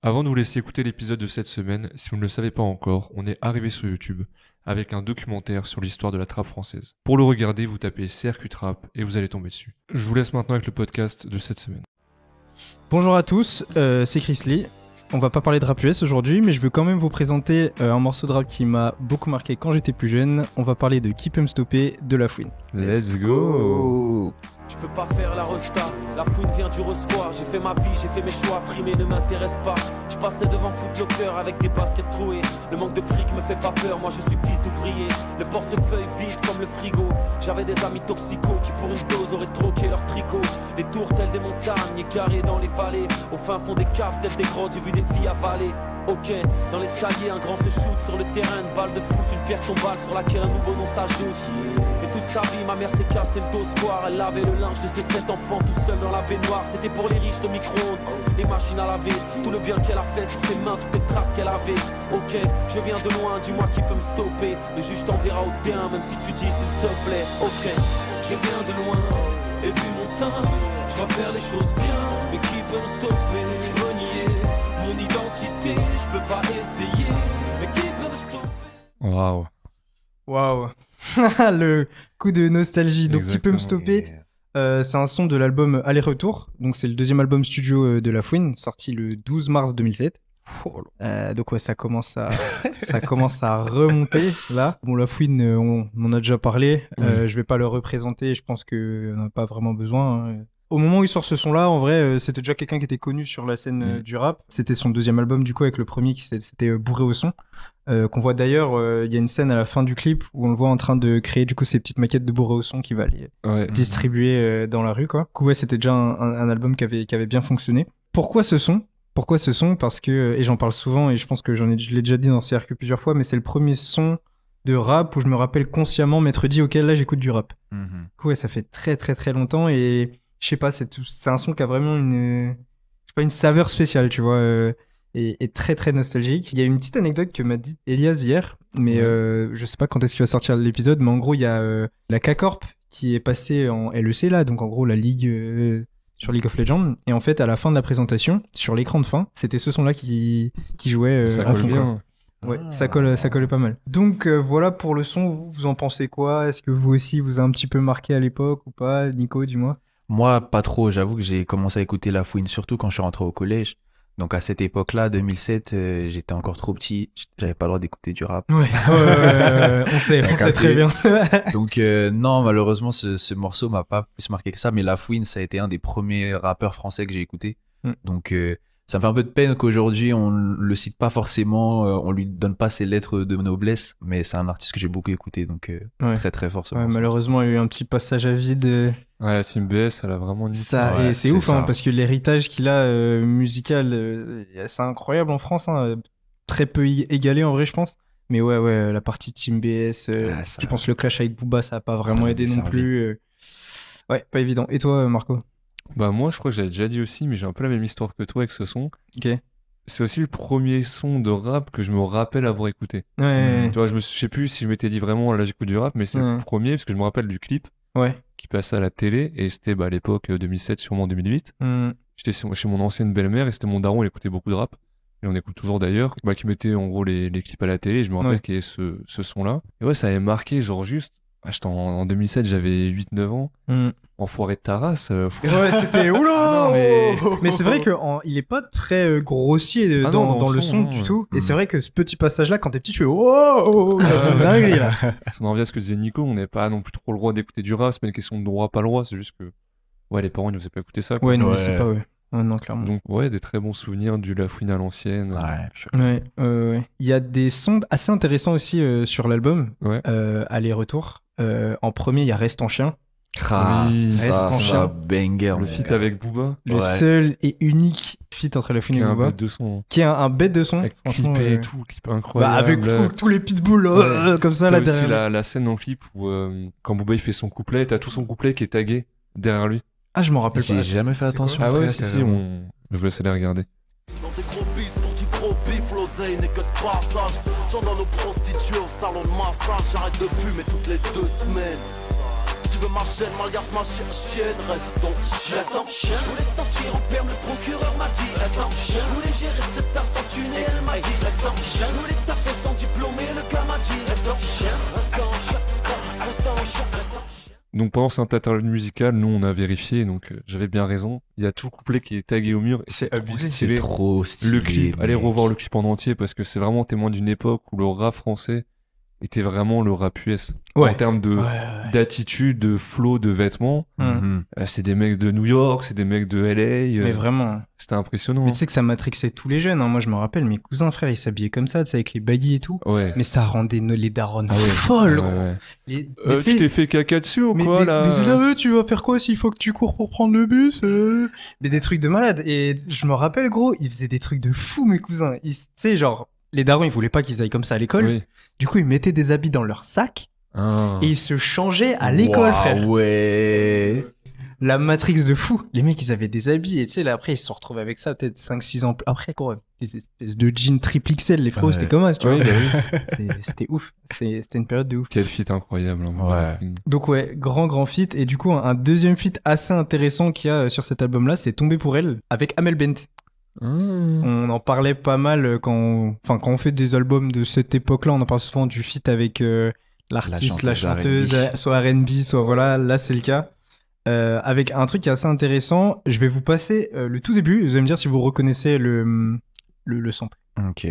Avant de vous laisser écouter l'épisode de cette semaine, si vous ne le savez pas encore, on est arrivé sur YouTube avec un documentaire sur l'histoire de la trappe française. Pour le regarder, vous tapez CRQ Trap et vous allez tomber dessus. Je vous laisse maintenant avec le podcast de cette semaine. Bonjour à tous, c'est Chris Lee. On va pas parler de rap US aujourd'hui, mais je veux quand même vous présenter un morceau de rap qui m'a beaucoup marqué quand j'étais plus jeune. On va parler de Qui peut me stopper de La Fouine. Let's go. Je peux pas faire la resta, la fouine vient du resquoir. J'ai fait ma vie, j'ai fait mes choix, frimer ne m'intéresse pas. Je passais devant Footlocker avec des baskets trouées. Le manque de fric me fait pas peur, moi je suis fils d'ouvrier. Le portefeuille vide comme le frigo. J'avais des amis toxicos qui pour une dose auraient troqué leur tricot. Des tours telles des montagnes, carrés dans les vallées. Au fin fond des caves telles des grottes, j'ai vu des filles avaler. Ok, dans l'escalier, un grand se shoot sur le terrain, une balle de foot, une pierre tombale sur laquelle un nouveau nom s'ajoute. Et toute sa vie, ma mère s'est cassé le dos square. Elle lavait le linge de ses 7 enfants tout seul dans la baignoire. C'était pour les riches de micro-ondes, les machines à laver. Tout le bien qu'elle a fait sur ses mains, toutes les traces qu'elle avait. Ok, je viens de loin, dis-moi qui peut me stopper. Le juge t'enverra au bien, même si tu dis s'il te plaît. Ok, je viens de loin, et vu mon teint, je vais faire les choses bien. Mais qui peut me stopper, renier mon identité, je peux pas essayer, mais qui peut me stopper? Waouh. Le coup de nostalgie. Donc Qui peut me Exactement. stopper c'est un son de l'album Aller-Retour. Donc c'est le deuxième album studio de La Fouine, sorti le 12 mars 2007. Donc ouais, ça commence à remonter là. Bon, La Fouine, on en a déjà parlé. Je vais pas le représenter. Je pense qu'on n'a pas vraiment besoin. Au moment où il sort ce son-là, en vrai, c'était déjà quelqu'un qui était connu sur la scène du rap. C'était son deuxième album, du coup, avec le premier qui c'était Bourré au son. Qu'on voit d'ailleurs, il y a une scène à la fin du clip où on le voit en train de créer, du coup, ces petites maquettes de Bourré au son qu'il va aller distribuer dans la rue, quoi. Du coup, ouais, c'était déjà un album qui avait bien fonctionné. Pourquoi ce son ? Parce que, et j'en parle souvent, et je pense que je l'ai déjà dit dans CRQ plusieurs fois, mais c'est le premier son de rap où je me rappelle consciemment m'être dit, ok, là, j'écoute du rap. Du coup, ouais, ça fait très, très, très longtemps, et je sais pas, c'est un son qui a vraiment une saveur spéciale, tu vois, et très, très nostalgique. Il y a une petite anecdote que m'a dit Elias hier, mais je sais pas quand est-ce qu'il va sortir l'épisode, mais en gros, il y a la K-Corp qui est passée en LEC, là, donc en gros, la ligue... sur League of Legends, et en fait à la fin de la présentation, sur l'écran de fin, c'était ce son-là qui jouait Ça à colle fond, bien. quoi. Ouais, ça collait pas mal. Donc voilà pour le son, vous en pensez quoi ? Est-ce que vous aussi vous a un petit peu marqué à l'époque ou pas ? Nico, dis-moi. Moi, pas trop. J'avoue que j'ai commencé à écouter La Fouine, surtout quand je suis rentré au collège. Donc à cette époque-là, 2007, j'étais encore trop petit. J'avais pas le droit d'écouter du rap. Ouais, on sait très bien. Donc non, malheureusement, ce morceau m'a pas plus marqué que ça. Mais La Fouine, ça a été un des premiers rappeurs français que j'ai écouté. Donc ça me fait un peu de peine qu'aujourd'hui, on le cite pas forcément. On lui donne pas ses lettres de noblesse. Mais c'est un artiste que j'ai beaucoup écouté. Donc très très fort ce morceau. Malheureusement, il y a eu un petit passage à vide. Ouais, la Team BS, elle a vraiment niqué. Ça, Ouais, et c'est c'est ouf, ça. parce que l'héritage qu'il a musical, c'est incroyable en France, très peu égalé en vrai, je pense. Mais ouais, la partie Team BS, ça- je pense le clash avec Booba, ça a pas vraiment l'a aidé non desservi. plus. Ouais, pas évident. Et toi, Marco ? Bah moi, je crois que j'avais déjà dit aussi, mais j'ai un peu la même histoire que toi avec ce son. Ok. C'est aussi le premier son de rap que je me rappelle avoir écouté. Ouais, Tu vois, je sais plus si je m'étais dit vraiment là j'écoute du rap, mais c'est le premier parce que je me rappelle du clip ouais. qui passait à la télé et c'était à l'époque 2007, sûrement 2008. J'étais chez mon ancienne belle-mère et c'était mon daron, il écoutait beaucoup de rap. Et on écoute toujours d'ailleurs, qui mettait en gros les clips à la télé. Et je me rappelle qu'il y avait ce son-là. Et ouais, ça avait marqué, genre juste. J'étais en 2007, j'avais 8-9 ans. Enfoiré de ta race. Ouais, c'était oula. Mais c'est vrai qu'il est pas très grossier dans le son du tout. Et c'est vrai que ce petit passage-là, quand t'es petit, tu fais oh, c'est une dinguerie là. Ça en revient à ce que disait Nico, on n'est pas non plus trop le droit d'écouter du rap. C'est pas une question de droit, pas le droit. C'est juste que les parents ils nous faisaient pas écouter ça. Quoi. Ouais, non, mais c'est pas non, clairement. Donc des très bons souvenirs du La Fouine à l'ancienne. Ouais. Il y a des sons assez intéressants aussi sur l'album. Aller-retour. En premier, il y a Reste en chien. Ça banger. Le feat avec Booba. Le seul et unique feat entre La Fouine et Booba. Qui est un bête de son. Qui est un bête de son. Avec franchement. clippé et tout, clip incroyable. Avec tous les pitbulls comme ça là derrière. T'as aussi la scène dans le clip où quand Booba il fait son couplet, t'as tout son couplet qui est tagué derrière lui. Ah, je m'en rappelle pas. J'ai jamais fait attention. Ah ouais, si, je vous laisse aller regarder. Dans des gros bis pour du gros bif, l'oseille n'est que de passage. J'en dans nos prostituées au salon de massage. J'arrête de fumer toutes les 2 semaines. Tu veux ma chaîne, malgasse ma chienne, reste en chien. Je voulais sortir en perme, le procureur m'a dit reste en chien. Je voulais gérer cette tasse reste en chien. Je voulais taper son diplômé, le gars m'a dit reste en chien, reste en chien, reste en chien, reste en chien. Donc pendant cette interlude musicale, nous on a vérifié, donc j'avais bien raison. Il y a tout le couplet qui est tagué au mur et c'est abusé. C'est trop stylé. Le clip, allez revoir le clip en entier parce que c'est vraiment témoin d'une époque où le rap français était vraiment le rap US. Ouais. En termes d'attitude, de flow, de vêtements. C'est des mecs de New York, c'est des mecs de LA. Mais vraiment. C'était impressionnant. Mais tu sais que ça matrixait tous les jeunes. Hein. Moi, je me rappelle, mes cousins, frères, ils s'habillaient comme ça, tu sais, avec les baggy et tout. Ouais. Mais ça rendait les darons folles. Ouais. Tu t'es fait caca dessus ou quoi, là? Mais c'est ça, tu vas faire quoi s'il faut que tu cours pour prendre le bus Mais des trucs de malade. Et je me rappelle, gros, ils faisaient des trucs de fou, mes cousins. Tu sais, genre, les darons, ils voulaient pas qu'ils aillent comme ça à l'école. Oui. Du coup, ils mettaient des habits dans leur sac. Ah. Et ils se changeaient à l'école, frère. Ouais. La matrix de fou. Les mecs, ils avaient des habits. Et tu sais, là, après, ils se retrouvaient avec ça, peut-être 5-6 ans après, quoi. Des espèces de jeans triple XL, les frots, c'était comme ça, tu vois. C'était ouf. C'était une période de ouf. Quel feat incroyable. Hein, Ouais. Donc, ouais, grand feat. Et du coup, un deuxième feat assez intéressant qu'il y a sur cet album-là, c'est Tombé pour elle, avec Amel Bent. On en parlait pas mal quand on fait des albums de cette époque-là, on en parle souvent du feat avec l'artiste, la chanteuse, soit R&B, soit voilà, là c'est le cas. Avec un truc qui est assez intéressant, je vais vous passer le tout début, vous allez me dire si vous reconnaissez le sample. Ok.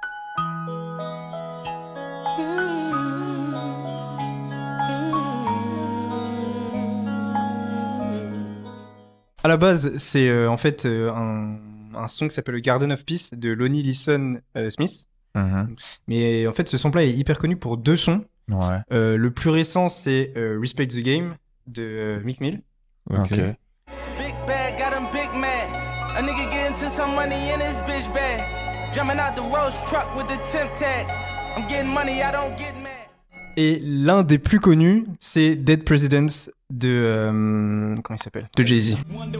À la base, c'est en fait un son qui s'appelle le Garden of Peace de Lonnie Liston Smith. Mais en fait, ce sample-là est hyper connu pour deux sons. Ouais. Le plus récent, c'est Respect the Game de Meek Mill. Ok. Big bag, got him big mad. A nigga get into some money in his bitch bag. Jumping out the Rolls truck with the temp tag. I'm getting money, I don't get mad. Et l'un des plus connus, c'est Dead Presidents de comment il s'appelle, de Jay-Z.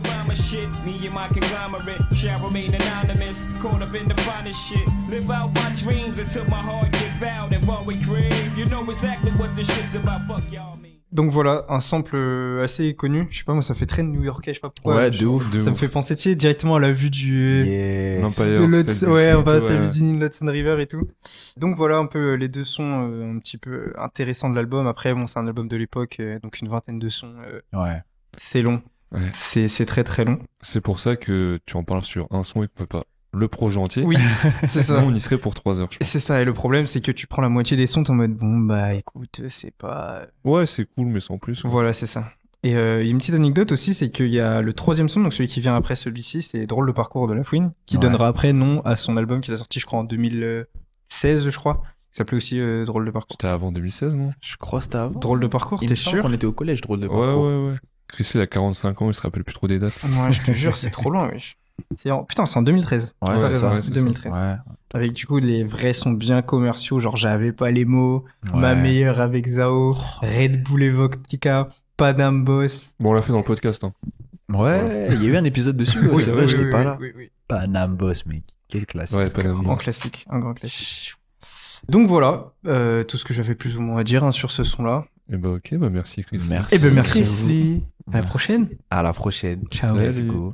Donc voilà, un sample assez connu. Je sais pas, moi ça fait très new-yorkais, je sais pas pourquoi. Ouais, de ouf. Ça me fait penser, tu sais, directement à la vue du Hudson River et tout. Donc voilà un peu les deux sons un petit peu intéressants de l'album. Après, bon, c'est un album de l'époque, donc une vingtaine de sons. Ouais. C'est long. Ouais. C'est très très long. C'est pour ça que tu en parles sur un son et qu'on peut pas le projet entier. Oui, c'est ça. Sinon, on y serait pour 3 heures, je pense. C'est ça, et le problème, c'est que tu prends la moitié des sons, t'es en mode, bon, bah écoute, c'est pas... Ouais, c'est cool, mais sans plus. Voilà, c'est ça. Et il y a une petite anecdote aussi, c'est qu'il y a le troisième son, donc celui qui vient après celui-ci, c'est Drôle de parcours de La Fouine, qui donnera après nom à son album qu'il a sorti, je crois, en 2016, je crois, qui s'appelait aussi Drôle de parcours. C'était avant 2016, non? Je crois que c'était avant. Drôle de parcours, t'es sûr? On était au collège, Drôle de parcours. Ouais. Chris, il a 45 ans, il se rappelle plus trop des dates. Ouais, je te jure, c'est trop loin, wesh. Putain, c'est en 2013. Ouais, c'est ça. 2013. Ouais. Avec du coup les vrais sons bien commerciaux, genre J'avais pas les mots, Ma meilleure avec Zao, Red Bull et Vodka, Panam Boss. Bon, on l'a fait dans le podcast. Hein. Ouais, il y a eu un épisode dessus, c'est vrai, j'étais pas là. Oui. Panam Boss, mec. Quel classique. Ouais, Panam Un grand classique. Donc voilà, tout ce que j'avais plus ou moins à dire sur ce son-là. Et bah ok, bah merci Chris. Merci. Et ben merci Chris. à la prochaine. À la prochaine. Ciao. Let's go.